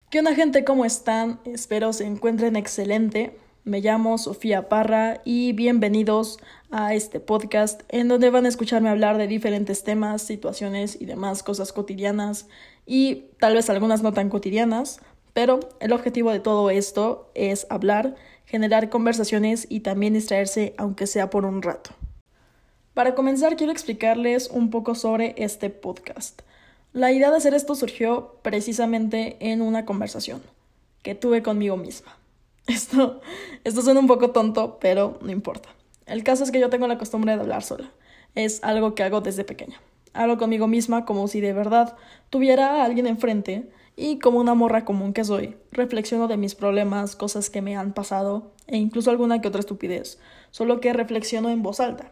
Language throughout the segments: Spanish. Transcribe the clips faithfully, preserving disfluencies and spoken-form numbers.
¿Qué onda, gente? ¿Cómo están? Espero se encuentren excelente. Me llamo Sofía Parra y bienvenidos a este podcast en donde van a escucharme hablar de diferentes temas, situaciones y demás cosas cotidianas y tal vez algunas no tan cotidianas, pero el objetivo de todo esto es hablar, generar conversaciones y también distraerse aunque sea por un rato. Para comenzar, quiero explicarles un poco sobre este podcast. La idea de hacer esto surgió precisamente en una conversación que tuve conmigo misma. Esto, esto suena un poco tonto, pero no importa. El caso es que yo tengo la costumbre de hablar sola. Es algo que hago desde pequeña. Hablo conmigo misma como si de verdad tuviera a alguien enfrente y como una morra común que soy, reflexiono de mis problemas, cosas que me han pasado e incluso alguna que otra estupidez, solo que reflexiono en voz alta.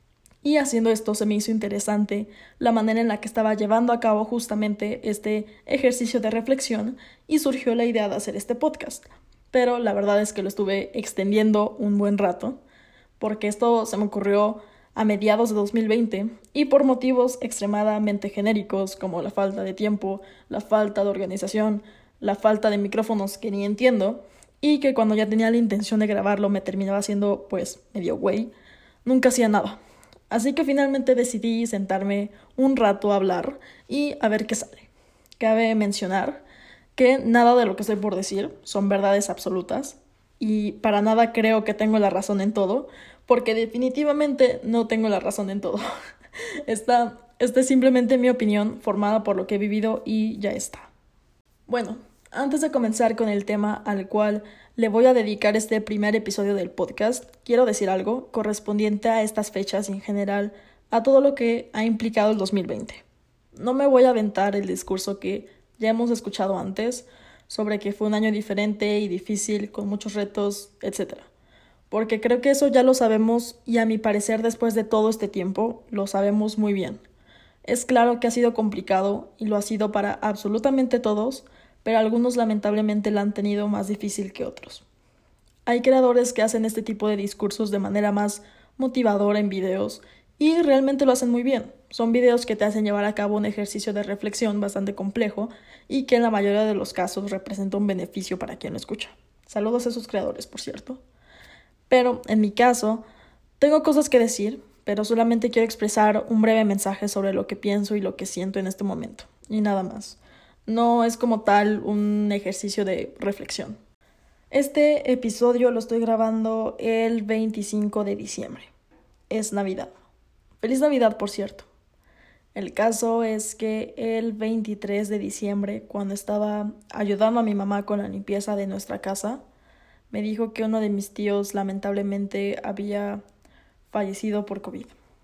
Y haciendo esto se me hizo interesante la manera en la que estaba llevando a cabo justamente este ejercicio de reflexión y surgió la idea de hacer este podcast. Pero la verdad es que lo estuve extendiendo un buen rato, porque esto se me ocurrió a mediados de dos mil veinte y por motivos extremadamente genéricos como la falta de tiempo, la falta de organización, la falta de micrófonos que ni entiendo y que cuando ya tenía la intención de grabarlo me terminaba haciendo pues medio güey, nunca hacía nada. Así que finalmente decidí sentarme un rato a hablar y a ver qué sale. Cabe mencionar que nada de lo que estoy por decir son verdades absolutas y para nada creo que tengo la razón en todo, porque definitivamente no tengo la razón en todo. Esta, esta es simplemente mi opinión formada por lo que he vivido y ya está. Bueno, antes de comenzar con el tema al cual le voy a dedicar este primer episodio del podcast, quiero decir algo correspondiente a estas fechas y en general a todo lo que ha implicado el dos mil veinte. No me voy a aventar el discurso que ya hemos escuchado antes sobre que fue un año diferente y difícil, con muchos retos, etcétera. Porque creo que eso ya lo sabemos y a mi parecer después de todo este tiempo lo sabemos muy bien. Es claro que ha sido complicado y lo ha sido para absolutamente todos, pero algunos lamentablemente la han tenido más difícil que otros. Hay creadores que hacen este tipo de discursos de manera más motivadora en videos y realmente lo hacen muy bien. Son videos que te hacen llevar a cabo un ejercicio de reflexión bastante complejo y que en la mayoría de los casos representa un beneficio para quien lo escucha. Saludos a esos creadores, por cierto. Pero, en mi caso, tengo cosas que decir, pero solamente quiero expresar un breve mensaje sobre lo que pienso y lo que siento en este momento, y nada más. No es como tal un ejercicio de reflexión. Este episodio lo estoy grabando el veinticinco de diciembre. Es Navidad. Feliz Navidad, por cierto. El caso es que el veintitrés de diciembre, cuando estaba ayudando a mi mamá con la limpieza de nuestra casa, me dijo que uno de mis tíos lamentablemente había fallecido por COVID.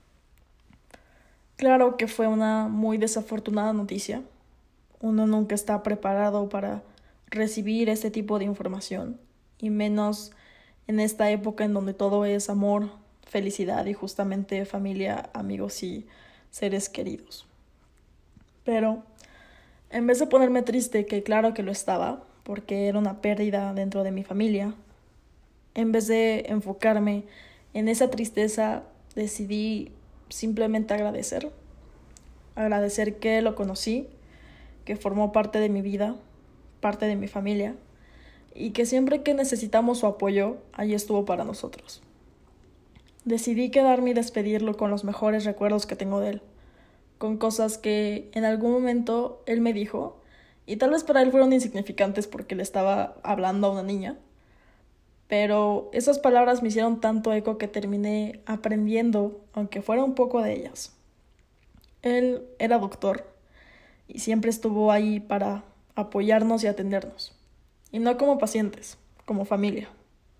Claro que fue una muy desafortunada noticia. Uno nunca está preparado para recibir este tipo de información, y menos en esta época en donde todo es amor, felicidad y justamente familia, amigos y seres queridos. Pero en vez de ponerme triste, que claro que lo estaba, porque era una pérdida dentro de mi familia, en vez de enfocarme en esa tristeza, decidí simplemente agradecer. Agradecer que lo conocí, que formó parte de mi vida, parte de mi familia, y que siempre que necesitamos su apoyo, allí estuvo para nosotros. Decidí quedarme y despedirlo con los mejores recuerdos que tengo de él, con cosas que en algún momento él me dijo, y tal vez para él fueron insignificantes porque le estaba hablando a una niña, pero esas palabras me hicieron tanto eco que terminé aprendiendo, aunque fuera un poco de ellas. Él era doctor y siempre estuvo ahí para apoyarnos y atendernos. Y no como pacientes, como familia.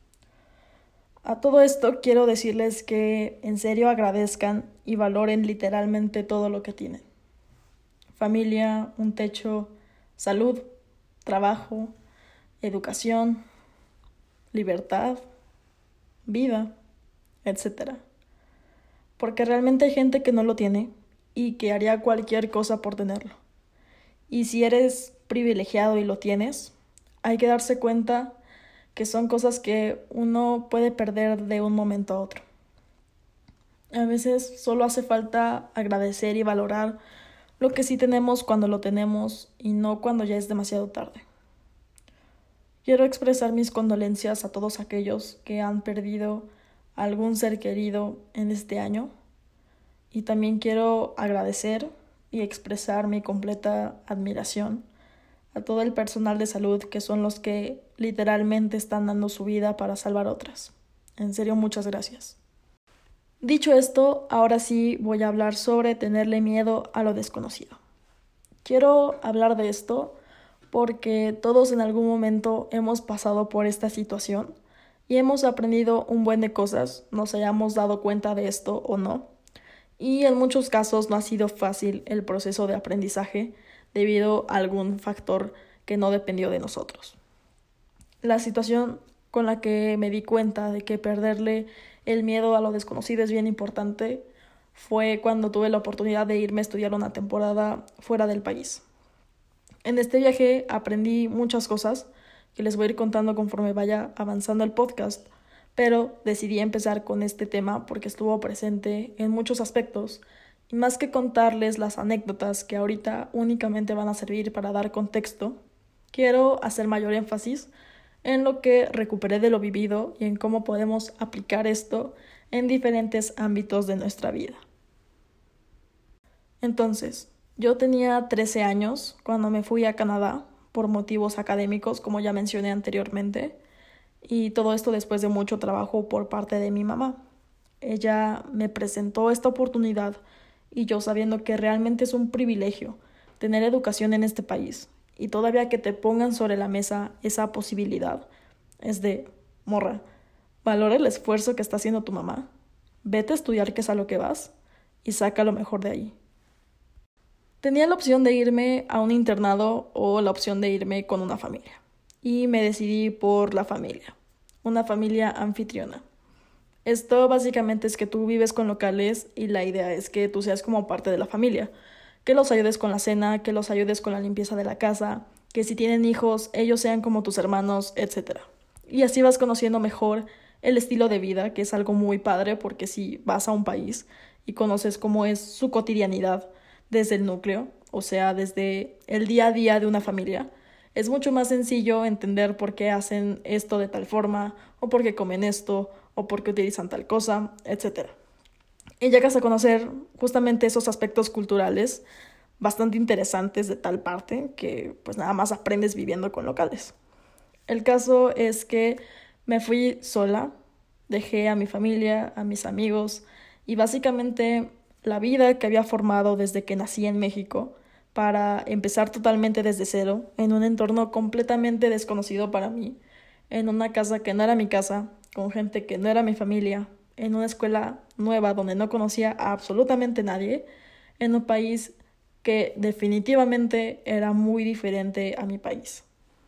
A todo esto quiero decirles que en serio agradezcan y valoren literalmente todo lo que tienen. Familia, un techo, salud, trabajo, educación, libertad, vida, etcétera. Porque realmente hay gente que no lo tiene y que haría cualquier cosa por tenerlo. Y si eres privilegiado y lo tienes, hay que darse cuenta que son cosas que uno puede perder de un momento a otro. A veces solo hace falta agradecer y valorar lo que sí tenemos cuando lo tenemos y no cuando ya es demasiado tarde. Quiero expresar mis condolencias a todos aquellos que han perdido algún ser querido en este año. Y también quiero agradecer y expresar mi completa admiración a todo el personal de salud, que son los que literalmente están dando su vida para salvar otras. En serio, muchas gracias. Dicho esto, ahora sí voy a hablar sobre tenerle miedo a lo desconocido. Quiero hablar de esto porque todos en algún momento hemos pasado por esta situación y hemos aprendido un buen de cosas, nos hayamos dado cuenta de esto o no. Y en muchos casos no ha sido fácil el proceso de aprendizaje debido a algún factor que no dependió de nosotros. La situación con la que me di cuenta de que perderle el miedo a lo desconocido es bien importante fue cuando tuve la oportunidad de irme a estudiar una temporada fuera del país. En este viaje aprendí muchas cosas que les voy a ir contando conforme vaya avanzando el podcast, pero decidí empezar con este tema porque estuvo presente en muchos aspectos y más que contarles las anécdotas que ahorita únicamente van a servir para dar contexto, quiero hacer mayor énfasis en lo que recuperé de lo vivido y en cómo podemos aplicar esto en diferentes ámbitos de nuestra vida. Entonces, yo tenía trece años cuando me fui a Canadá por motivos académicos, como ya mencioné anteriormente, y todo esto después de mucho trabajo por parte de mi mamá. Ella me presentó esta oportunidad y yo, sabiendo que realmente es un privilegio tener educación en este país y todavía que te pongan sobre la mesa esa posibilidad, es de, morra, valora el esfuerzo que está haciendo tu mamá, vete a estudiar, que es a lo que vas, y saca lo mejor de ahí. Tenía la opción de irme a un internado o la opción de irme con una familia. Y me decidí por la familia, una familia anfitriona. Esto básicamente es que tú vives con locales y la idea es que tú seas como parte de la familia, que los ayudes con la cena, que los ayudes con la limpieza de la casa, que si tienen hijos, ellos sean como tus hermanos, etcétera. Y así vas conociendo mejor el estilo de vida, que es algo muy padre porque si vas a un país y conoces cómo es su cotidianidad, desde el núcleo, o sea, desde el día a día de una familia, es mucho más sencillo entender por qué hacen esto de tal forma, o por qué comen esto, o por qué utilizan tal cosa, etcétera. Y llegas a conocer justamente esos aspectos culturales bastante interesantes de tal parte que pues nada más aprendes viviendo con locales. El caso es que me fui sola, dejé a mi familia, a mis amigos y básicamente la vida que había formado desde que nací en México para empezar totalmente desde cero, en un entorno completamente desconocido para mí, en una casa que no era mi casa, con gente que no era mi familia, en una escuela nueva donde no conocía a absolutamente nadie, en un país que definitivamente era muy diferente a mi país.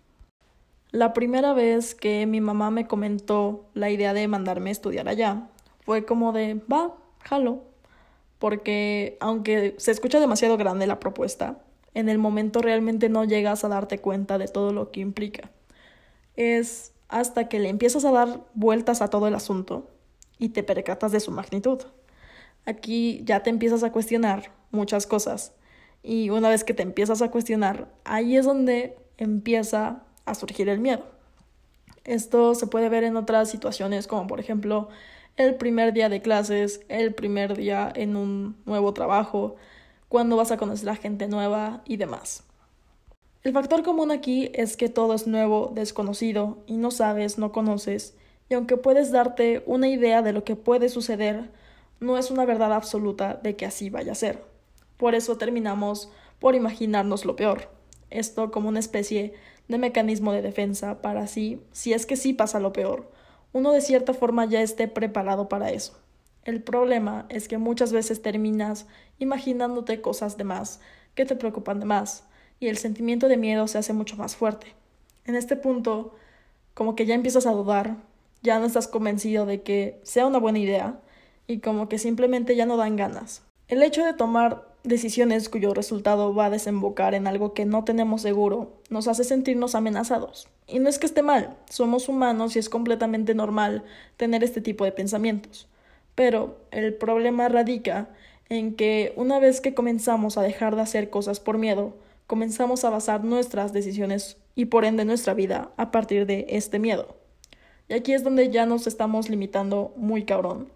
La primera vez que mi mamá me comentó la idea de mandarme a estudiar allá, fue como de, va, jalo. Porque aunque se escucha demasiado grande la propuesta, en el momento realmente no llegas a darte cuenta de todo lo que implica. Es hasta que le empiezas a dar vueltas a todo el asunto y te percatas de su magnitud. Aquí ya te empiezas a cuestionar muchas cosas y una vez que te empiezas a cuestionar, ahí es donde empieza a surgir el miedo. Esto se puede ver en otras situaciones como por ejemplo el primer día de clases, el primer día en un nuevo trabajo, cuando vas a conocer a gente nueva y demás. El factor común aquí es que todo es nuevo, desconocido, y no sabes, no conoces, y aunque puedes darte una idea de lo que puede suceder, no es una verdad absoluta de que así vaya a ser. Por eso terminamos por imaginarnos lo peor, esto como una especie de mecanismo de defensa para así, si es que sí pasa lo peor, uno de cierta forma ya esté preparado para eso. El problema es que muchas veces terminas imaginándote cosas de más que te preocupan de más y el sentimiento de miedo se hace mucho más fuerte. En este punto, como que ya empiezas a dudar, ya no estás convencido de que sea una buena idea y como que simplemente ya no dan ganas. El hecho de tomar decisiones cuyo resultado va a desembocar en algo que no tenemos seguro nos hace sentirnos amenazados. Y no es que esté mal, somos humanos y es completamente normal tener este tipo de pensamientos. Pero el problema radica en que una vez que comenzamos a dejar de hacer cosas por miedo, comenzamos a basar nuestras decisiones y por ende nuestra vida a partir de este miedo. Y aquí es donde ya nos estamos limitando muy cabrón.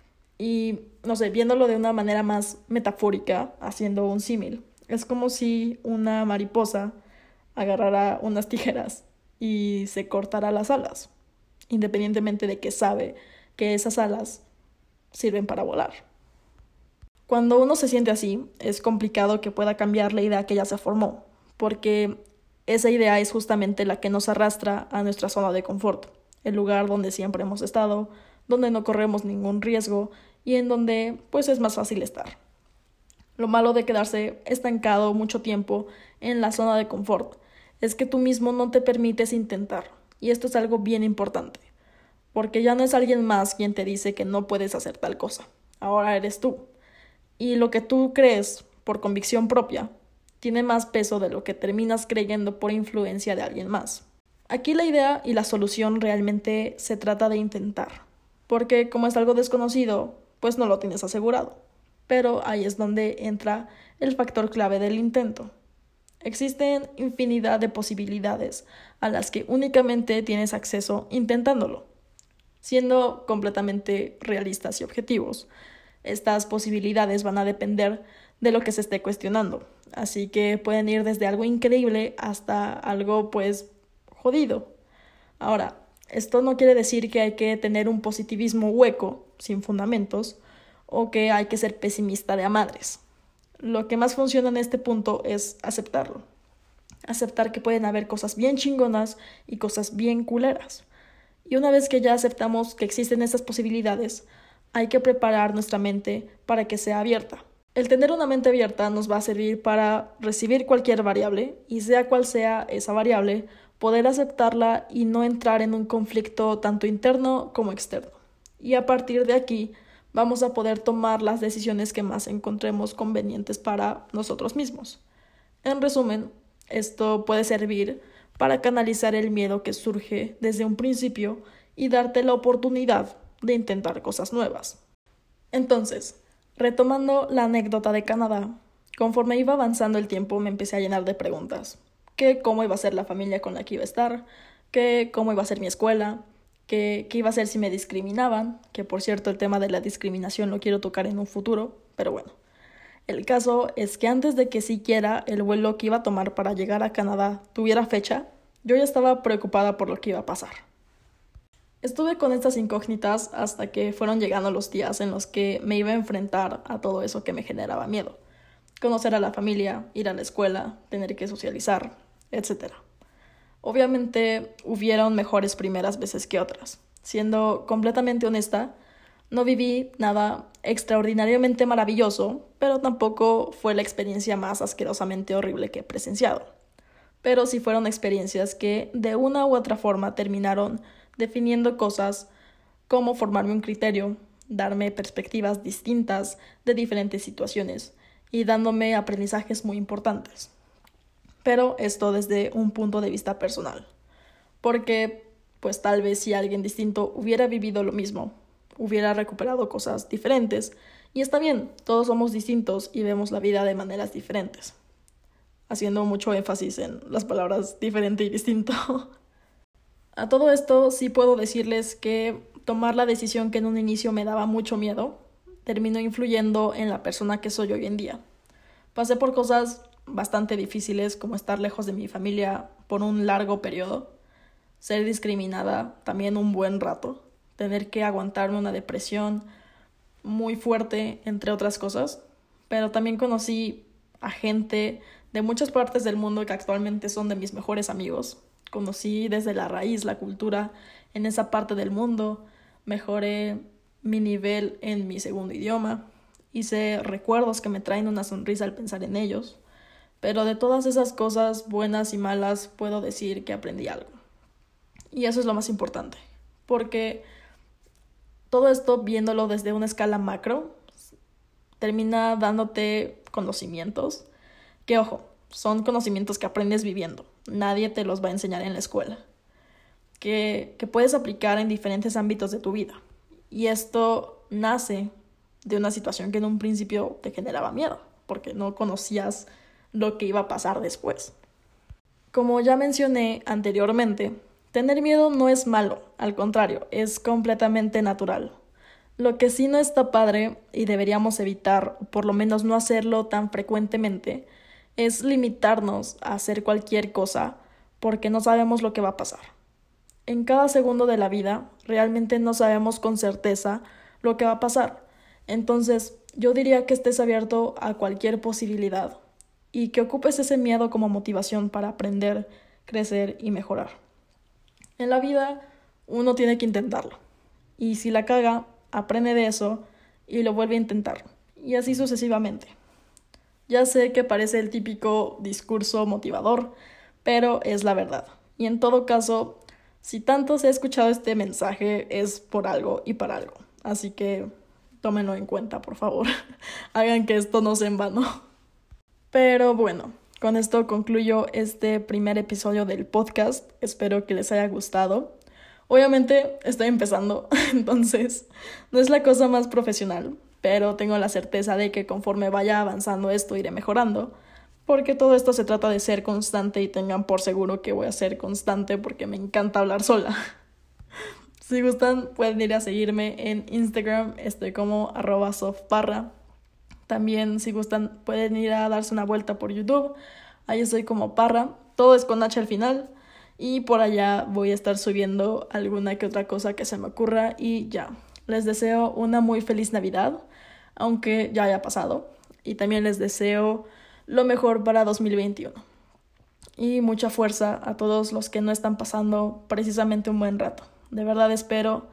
Y, no sé, viéndolo de una manera más metafórica, haciendo un símil, es como si una mariposa agarrara unas tijeras y se cortara las alas, independientemente de que sabe que esas alas sirven para volar. Cuando uno se siente así, es complicado que pueda cambiar la idea que ya se formó, porque esa idea es justamente la que nos arrastra a nuestra zona de confort, el lugar donde siempre hemos estado, donde no corremos ningún riesgo y en donde pues es más fácil estar. Lo malo de quedarse estancado mucho tiempo en la zona de confort es que tú mismo no te permites intentar, y esto es algo bien importante, porque ya no es alguien más quien te dice que no puedes hacer tal cosa, ahora eres tú, y lo que tú crees por convicción propia tiene más peso de lo que terminas creyendo por influencia de alguien más. Aquí la idea y la solución realmente se trata de intentar, porque como es algo desconocido, pues no lo tienes asegurado. Pero ahí es donde entra el factor clave del intento. Existen infinidad de posibilidades a las que únicamente tienes acceso intentándolo. Siendo completamente realistas y objetivos, estas posibilidades van a depender de lo que se esté cuestionando. Así que pueden ir desde algo increíble hasta algo, pues, jodido. Ahora, esto no quiere decir que hay que tener un positivismo hueco, sin fundamentos, o que hay que ser pesimista de a madres. Lo que más funciona en este punto es aceptarlo. Aceptar que pueden haber cosas bien chingonas y cosas bien culeras. Y una vez que ya aceptamos que existen estas posibilidades, hay que preparar nuestra mente para que sea abierta. El tener una mente abierta nos va a servir para recibir cualquier variable y sea cual sea esa variable, poder aceptarla y no entrar en un conflicto tanto interno como externo. Y a partir de aquí vamos a poder tomar las decisiones que más encontremos convenientes para nosotros mismos. En resumen, esto puede servir para canalizar el miedo que surge desde un principio y darte la oportunidad de intentar cosas nuevas. Entonces, retomando la anécdota de Canadá, conforme iba avanzando el tiempo me empecé a llenar de preguntas. Que cómo iba a ser la familia con la que iba a estar, que cómo iba a ser mi escuela, que qué iba a hacer si me discriminaban, que por cierto el tema de la discriminación lo quiero tocar en un futuro, pero bueno. El caso es que antes de que siquiera el vuelo que iba a tomar para llegar a Canadá tuviera fecha, yo ya estaba preocupada por lo que iba a pasar. Estuve con estas incógnitas hasta que fueron llegando los días en los que me iba a enfrentar a todo eso que me generaba miedo. Conocer a la familia, ir a la escuela, tener que socializar, etcétera. Obviamente hubieron mejores primeras veces que otras. Siendo completamente honesta, no viví nada extraordinariamente maravilloso, pero tampoco fue la experiencia más asquerosamente horrible que he presenciado. Pero sí fueron experiencias que de una u otra forma terminaron definiendo cosas como formarme un criterio, darme perspectivas distintas de diferentes situaciones y dándome aprendizajes muy importantes. Pero esto desde un punto de vista personal, porque pues tal vez si alguien distinto hubiera vivido lo mismo, hubiera recuperado cosas diferentes, y está bien, todos somos distintos y vemos la vida de maneras diferentes, haciendo mucho énfasis en las palabras diferente y distinto. A todo esto sí puedo decirles que tomar la decisión que en un inicio me daba mucho miedo, terminó influyendo en la persona que soy hoy en día. Pasé por cosas bastante difíciles como estar lejos de mi familia por un largo periodo, ser discriminada también un buen rato, tener que aguantarme una depresión muy fuerte, entre otras cosas, pero también conocí a gente de muchas partes del mundo que actualmente son de mis mejores amigos. Conocí desde la raíz la cultura en esa parte del mundo, mejoré mi nivel en mi segundo idioma, hice recuerdos que me traen una sonrisa al pensar en ellos, pero de todas esas cosas buenas y malas puedo decir que aprendí algo. Y eso es lo más importante, porque todo esto, viéndolo desde una escala macro, termina dándote conocimientos que, ojo, son conocimientos que aprendes viviendo. Nadie te los va a enseñar en la escuela. Que, que puedes aplicar en diferentes ámbitos de tu vida. Y esto nace de una situación que en un principio te generaba miedo, porque no conocías lo que iba a pasar después. Como ya mencioné anteriormente, tener miedo no es malo, al contrario, es completamente natural. Lo que sí no está padre y deberíamos evitar, o por lo menos no hacerlo tan frecuentemente, es limitarnos a hacer cualquier cosa porque no sabemos lo que va a pasar. En cada segundo de la vida realmente no sabemos con certeza lo que va a pasar. Entonces, yo diría que estés abierto a cualquier posibilidad y que ocupes ese miedo como motivación para aprender, crecer y mejorar. En la vida, uno tiene que intentarlo. Y si la caga, aprende de eso y lo vuelve a intentar. Y así sucesivamente. Ya sé que parece el típico discurso motivador, pero es la verdad. Y en todo caso, si tanto se ha escuchado este mensaje, es por algo y para algo. Así que tómenlo en cuenta, por favor. Hagan que esto no sea en vano. Pero bueno, con esto concluyo este primer episodio del podcast. Espero que les haya gustado. Obviamente estoy empezando, entonces no es la cosa más profesional, pero tengo la certeza de que conforme vaya avanzando esto iré mejorando, porque todo esto se trata de ser constante y tengan por seguro que voy a ser constante porque me encanta hablar sola. Si gustan pueden ir a seguirme en Instagram, estoy como arroba softparra. También si gustan pueden ir a darse una vuelta por YouTube, ahí estoy como Parra, todo es con H al final. Y por allá voy a estar subiendo alguna que otra cosa que se me ocurra y ya. Les deseo una muy feliz Navidad, aunque ya haya pasado. Y también les deseo lo mejor para dos mil veintiuno. Y mucha fuerza a todos los que no están pasando precisamente un buen rato. De verdad espero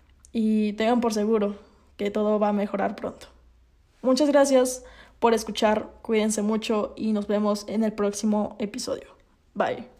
y tengan por seguro que todo va a mejorar pronto. Muchas gracias por escuchar, cuídense mucho y nos vemos en el próximo episodio. Bye.